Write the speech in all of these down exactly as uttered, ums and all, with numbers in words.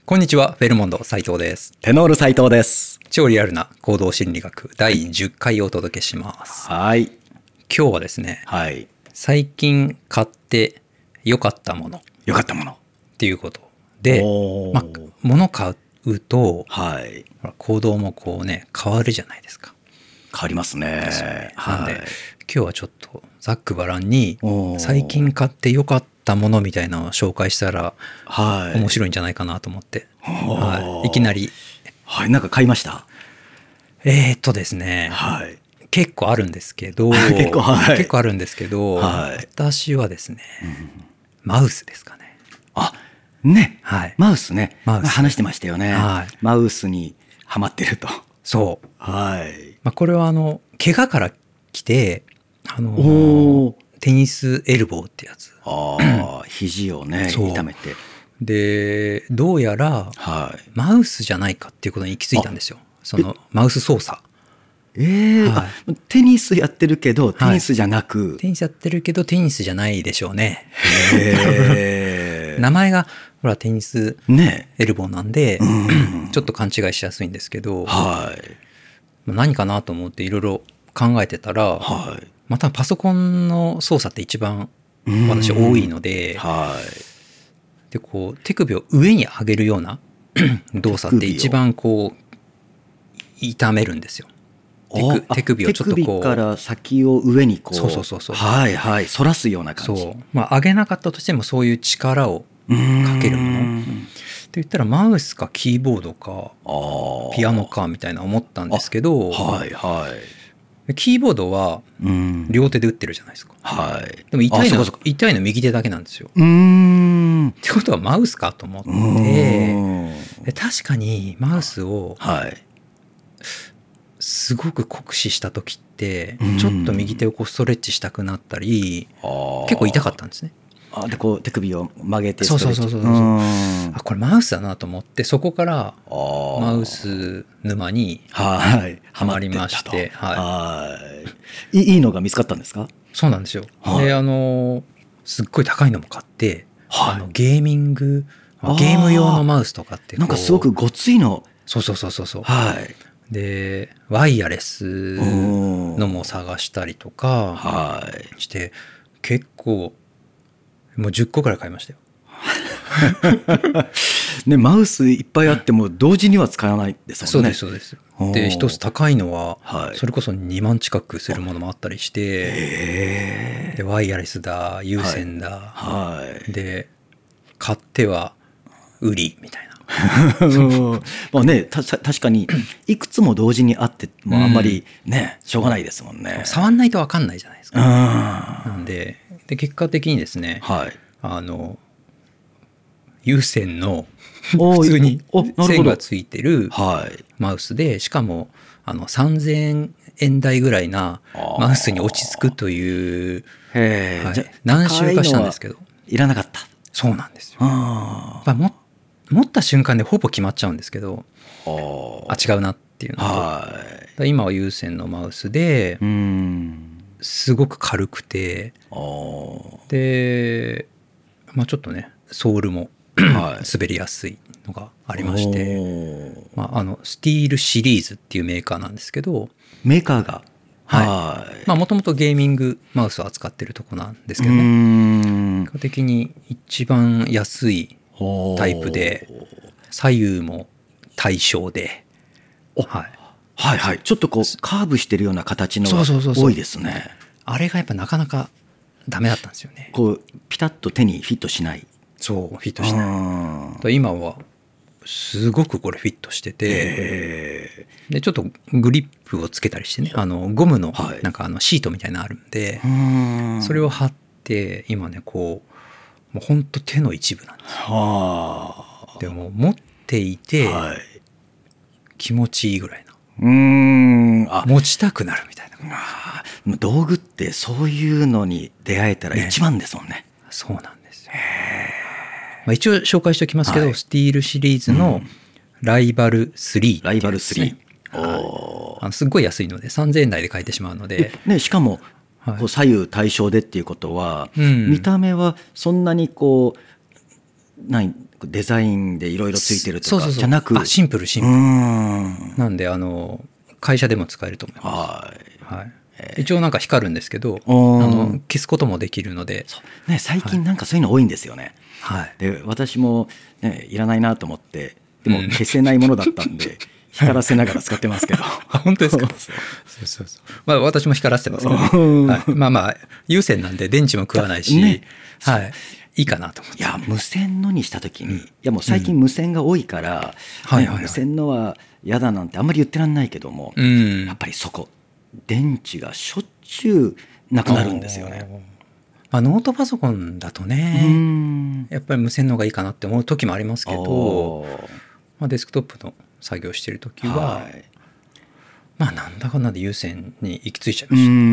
こんにちは、フェルモンド斉藤です。 テノール斉藤です。 超リアルな行動心理学だいじゅっかいをお届けします。 はい。 今日はですね、 はい。 最近買って良かったもの。 良かったもの。 っていうことで、まあ、物買うと、はい、行動もこうね、変わるじゃないですか。 変わりますね。 ですよね。なんで、はい、今日はちょっとざっくばらんに最近買って良かったものみたいなのを紹介したら、はい、面白いんじゃないかなと思って、はい、いきなり。 はい、なんか買いました？ えーっとですね、はい、結構あるんですけど、結構、はい、結構あるんですけど、はい、私はですね、うん、マウスですかね。 あ、ね、はい、マウスね、マウス話してましたよね。はい、マウスにハマってると。 そう。はい。まあ、これはあの怪我から来て、あのー、テニスエルボーってやつ。 ああ、肘をね痛めて。 でどうやら、はい、マウスじゃないかっていうことに行き着いたんですよ。そのマウス操作。 えーはい、テニスやってるけどテニスじゃなく、 はい、テニスやってるけどテニスじゃないでしょうね。へ名前がほらテニスエルボーなんで、ね、ちょっと勘違いしやすいんですけど、はい、何かなと思っていろいろ考えてたら、はい、またパソコンの操作って一番私多いので、はい、でこう手首を上に上げるような動作って一番こう痛めるんですよ。手, 手首をちょっとこう手首から先を上にこうそうそうそうそうはいはい反らすような感じ。 そう、まあ、上げなかったとしてもそういう力をかけるものって言ったらマウスかキーボードかピアノかみたいな思ったんですけど、はいはい、キーボードは両手で打ってるじゃないですか。はい、でも痛いの痛いの右手だけなんですよ。うーんってことはマウスかと思ってで確かにマウスを、はいすごく酷使した時ってちょっと右手をこうストレッチしたくなったり結構痛かったんですね。 あでこう手首を曲げてストレッチ。そうそうそうそうそうあこれマウスだなと思ってそこからマウス沼にはまりまして、 はい、いいのが見つかったんですか？ そうなんですよ。はい、であのすっごい高いのも買って、はい、あのゲーミングゲーム用のマウスとかってなんかすごくごついの。 そうそうそうそうそう。はいでワイヤレスのも探したりとかして、はい、結構もうじゅっこくらい買いましたよ。 ね、マウスいっぱいあっても同時には使わないですもんね。 そうですそうです。で一つ高いのはそれこそにまん近くするものもあったりして、でワイヤレスだ有線だ、はいはい、で買っては売りみたいな。 まあね、た確かにいくつも同時にあってもあんまりね、うん、しょうがないですもんね。 触んないと分かんないじゃないですか、ね、なんで、で結果的にですね、はい、あの有線の普通に線がついてるマウスでしかもあのさんぜんえん台ぐらいなマウスに落ち着くという、はい、何周かしたんですけどいらなかった。 そうなんですよ。あまあも持った瞬間でほぼ決まっちゃうんですけどあ違うなっていうのと、はい、今は有線のマウスでうんすごく軽くてで、まあ、ちょっとねソールも、はい、滑りやすいのがありまして、まあ、あのスティールシリーズっていうメーカーなんですけどメーカーがはいもともとゲーミングマウスを扱ってるとこなんですけどね結果的に一番安いタイプで左右も対称で、 はい、はいはいちょっとこうカーブしてるような形のが多いですね。 あれがやっぱなかなかダメだったんですよね。 こうピタッと手にフィットしない。 そうフィットしない今はすごくこれフィットしててでちょっとグリップをつけたりしてねあのゴムのなんかあのシートみたいなのあるんで、はい、それを貼って今ねこうもうほんと手の一部なんですよ。はあ、でも持っていて気持ちいいぐらいな、うーんあ持ちたくなるみたいな。 あ道具ってそういうのに出会えたら一番ですもんね。 ねそうなんですよ。まあ、一応紹介しておきますけど、はい、スティールシリーズのライバルスリー、ね、 ライバルスリー、 はい、あのすっごい安いのでさんぜんえん台で買えてしまうので、 ね、しかもこう左右対称でっていうことは、はい、見た目はそんなにこう何デザインでいろいろついてるとかじゃなく、 あシンプルシンプルなんで、あの会社でも使えると思います。はい、はい、えー、一応なんか光るんですけど、あの消すこともできるので、 ね、最近なんかそういうの多いんですよね。 はい、 で私も、ね、いらないなと思ってでも消せないものだったんで、うん、光らせながら使ってますけど本当ですか。そうそうそう、まあ、私も光らせてますけど、ね、はい、まあまあ有線なんで電池も食わないし、ね、はい、いいかなと思って。 いや無線のにした時に、うん、いやもう最近無線が多いから、うんね、無線のは嫌だなんてあんまり言ってらんないけども、うん、やっぱりそこ電池がしょっちゅうなくなるんですよね。 まあ、ノートパソコンだとね、やっぱり無線の方がいいかなって思う時もありますけど、まあ、デスクトップの作業してる時は、はい、まあなんだかんだで有線に行き着いちゃいました。うん、うん、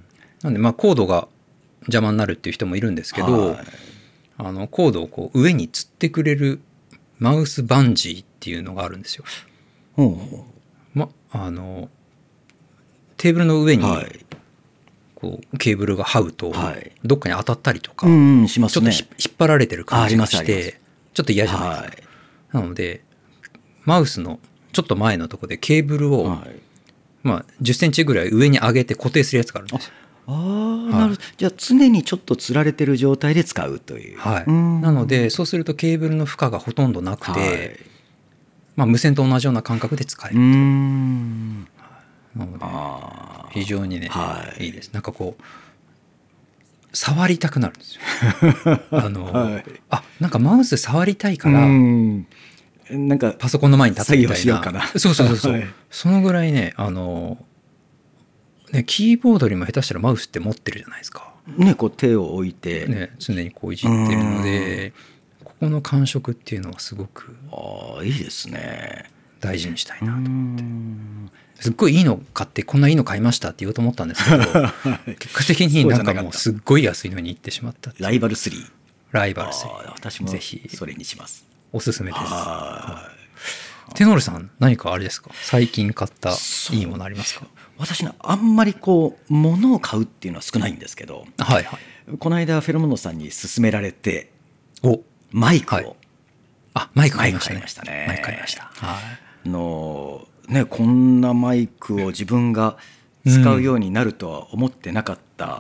なんでまあコードが邪魔になるっていう人もいるんですけど、はい、あのコードをこう上に吊ってくれるマウスバンジーっていうのがあるんですよ。うん、まあのテーブルの上に、はい、こうケーブルが這うとどっかに当たったりとか、 うんしますね、 ちょっと引っ張られてる感じがしてちょっと嫌じゃないですか、はい、なのでマウスのちょっと前のところでケーブルを、はい、まあ、じゅっセンチぐらい上に上げて固定するやつがあるんですよ。 ああ、はい、なるほど。じゃあ常にちょっとつられてる状態で使うという、 はい、なのでそうするとケーブルの負荷がほとんどなくて、はい、まあ、無線と同じような感覚で使えると。うーん、なので非常にね、はい、いいです。なんかこう触りたくなるんですよあの、はい、あ、なんかマウス触りたいからなんかパソコンの前に立つみたいな、作業しようかなそうそうそうそう、はい、そのぐらいね、あのね、キーボードよりも下手したらマウスって持ってるじゃないですかね、こう手を置いて、 ね、常にこういじってるので、ここの感触っていうのはすごくあいいですね、 大事にしたいなと思って。すっごいいいの買ってこんないいの買いましたって言おうと思ったんですけど結果的になんかもうすっごい安いのに行ってしまったって。 ライバルスリー、 ライバルスリー、 私もぜひそれにします。 おすすめです。テノールさん何かあれですか、最近買ったいいものありますか？ 私ね、あんまりこう物を買うっていうのは少ないんですけど、はいはい、この間フェロモノさんに勧められておマイクを、はい、 あマイク買いましたね。 マイク買いましたね。 マイク買いました、はい、 のね、こんなマイクを自分が使うようになるとは思ってなかった、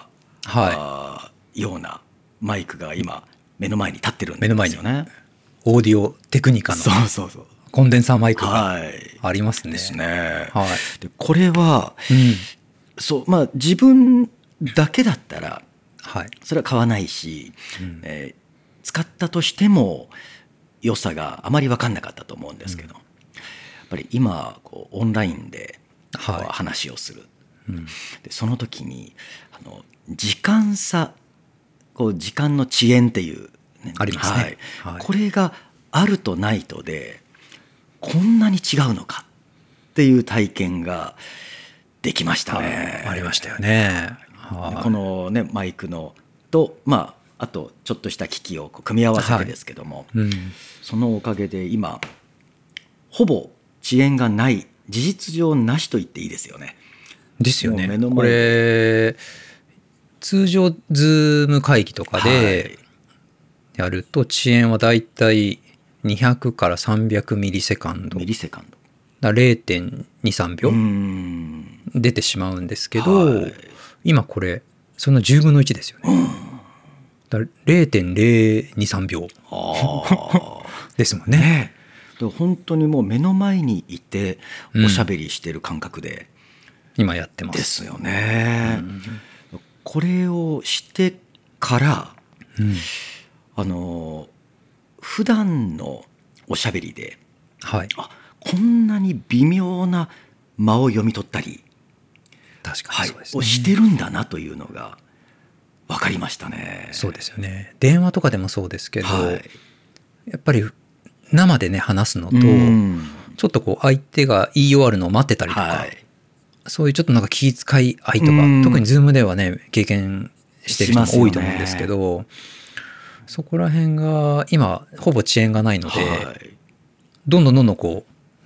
うん、はい、ようなマイクが今目の前に立ってるんですよね。目の前にオーディオテクニカのそうそうそうコンデンサーマイクがありますね。 ですね。はい、でこれは、うん、そうまあ自分だけだったら、はい、それは買わないし、うん、えー、使ったとしても良さがあまり分かんなかったと思うんですけど、うん、やっぱり今こうオンラインでこう話をする、はい、うん、でその時にあの時間差、こう時間の遅延っていう、 ね、ありますね、 はいはい、これがあるとないとでこんなに違うのかっていう体験ができましたね。 ありましたよね。 このねマイクのと、まあ、あとちょっとした機器をこう組み合わせてですけども、はい、うん、そのおかげで今ほぼ遅延がない、事実上なしと言っていいですよね。 ですよね。目の前これ通常ズーム会議とかでやると遅延はだいたいにひゃくからさんびゃくミリセカンド、 ミリセカンドだ れいてんにさんびょう出てしまうんですけど、はい、今これそのじゅうぶんのいちですよね、うん、だ れいてんぜろにさんびょうですもんね。ね、 本当にもう目の前にいておしゃべりしてる感覚で、 うん、今やってますですよね、うん、これをしてから、うん、あの普段のおしゃべりで、はい、あこんなに微妙な間を読み取ったり、 確かにそうですね、 はい、をしてるんだなというのが分かりましたね。 そうですよね。電話とかでもそうですけど、はい、やっぱり生でね話すのと、ちょっとこう相手が言い終わるのを待ってたりとか、はい、そういうちょっとなんか気遣い合いとか、特に Zoom ではね経験してる人も多いと思うんですけど、そこら辺が今ほぼ遅延がないので、はい、どんどんどんどんこう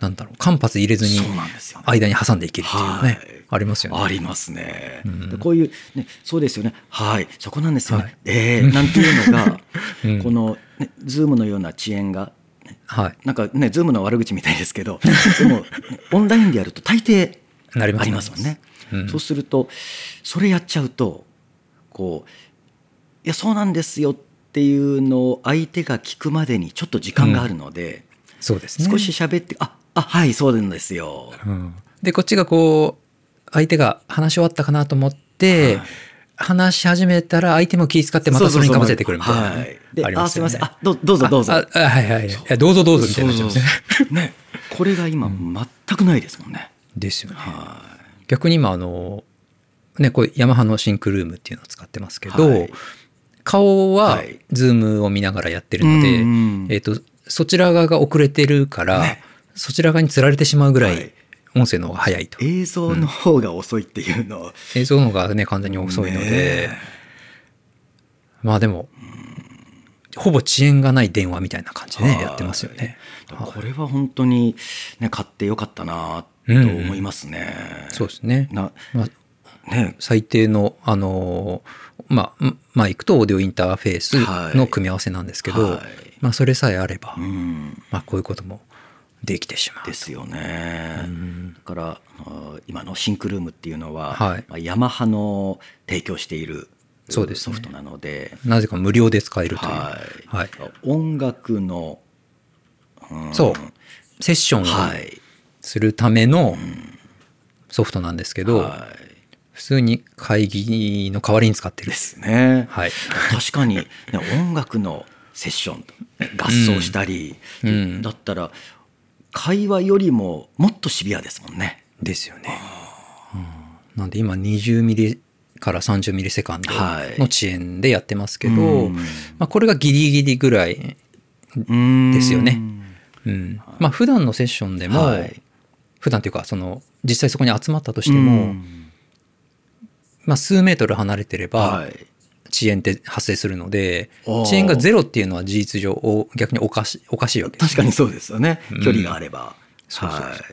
なんだろう間髪入れずに間に挟んでいけるっていうのね、はい、ありますよね。 ありますね、うん、でこういう、ね、そうですよね、はいそこなんですよね、はい、えー、なんていうのが、うん、この、ね、ズームのような遅延が、ねはい、なんかねズームの悪口みたいですけどでもオンラインでやると大抵ありますもんね、うん、そうするとそれやっちゃうとこういやそうなんですよっていうのを相手が聞くまでにちょっと時間があるので、うん、 そうですね、 少し喋ってああはいそうなんですよ、 うん、でこっちがこう相手が話し終わったかなと思って、はい、話し始めたら相手も気遣ってまたそれにかませてくるみたいな、ね、 はい、でありますよね。あすいませんあ ど, どうぞどうぞああはいはいいやどうぞどうぞみたいになっちゃうんですね。 ねこれが今全くないですもんね。 ですよね。はい逆に今あのねこれヤマハのシンクルームっていうのを使ってますけど、はい、顔はズームを見ながらやってるので、はいえー、とそちら側が遅れてるから、ね、そちら側につられてしまうぐらい音声の方が早いと、 はい、映像の方が遅いっていうの、うん、 映像の方がね完全に遅いので、ね、まあでもほぼ遅延がない電話みたいな感じでねやってますよね。 これは本当に、ね、買ってよかったなと思いますね、 うん、そうですね。な、まあね、最低の、あのまあ、マイクとオーディオインターフェースの組み合わせなんですけど、はいまあ、それさえあれば、うんまあ、こういうこともできてしまうですよね、うん、だから今のシンクルームっていうのは、はいまあ、ヤマハの提供しているソフトなので、 ね、なぜか無料で使えるという、 はいはい、音楽の、 うん、そうセッションをするためのソフトなんですけど、はい、普通に会議の代わりに使ってるですね、はい、確かに、ね、音楽のセッション合奏したり、うん、だったら会話よりももっとシビアですもんね。 ですよね、うん、なんで今にじゅうミリからさんじゅうミリセカンドの遅延でやってますけど、はいまあ、これがギリギリぐらいですよね。うん、まあ普段のセッションでも、はい、普段というかその実際そこに集まったとしても、まあ、数メートル離れてれば遅延って発生するので、はい、遅延がゼロっていうのは事実上逆におかし、おかしいわけです、ね、 確かにそうですよね、距離があれば、うん、 そうそうそう、はい、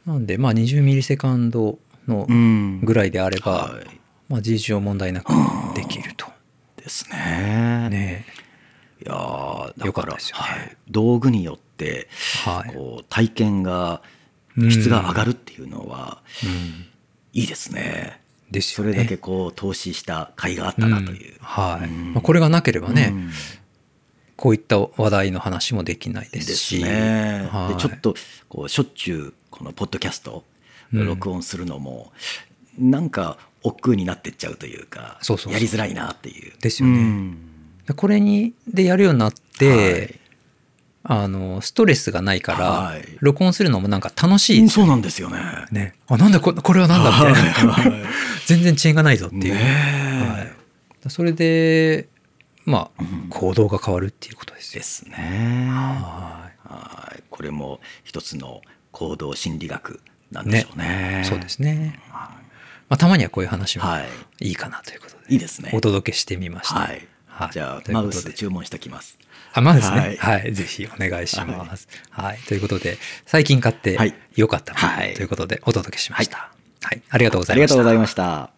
なんでまあにじゅうミリセカンドのぐらいであれば、うんはいまあ、事実上問題なくできると、 うん、ですね。 ねいやだから、 よねはい、道具によって、はい、こう体験が質が上がるっていうのは、うん、いいですね。ですよね。それだけこう投資した甲斐があったなという、うんはいうんまあ、これがなければね、うん、こういった話題の話もできないですしですね、はい、でちょっとこうしょっちゅうこのポッドキャスト録音するのも、うん、なんか億劫になってっちゃうというか、そうそうそうやりづらいなっていうですよね、うん、これにでやるようになって、はいあのストレスがないから、はい、録音するのもなんか楽しいですよね。そうなんですよね。 ねあなんだ こ, これはなんだみたいな、はい、全然遅延がないぞっていう、はい、それでまあ、うん、行動が変わるっていうことですよ。 ですね。はいはいこれも一つの行動心理学なんでしょうね。 ねそうですね、はいまあ、たまにはこういう話もいいかなということで、はい、 いいですね。 お届けしてみました、 はいはい、じゃあマウス注文しておきます。 あマウスね、はい、はい、ぜひお願いします、はいはい、ということで最近買ってよかったものということでお届けしました、はいはい、ありがとうございました。 ありがとうございました。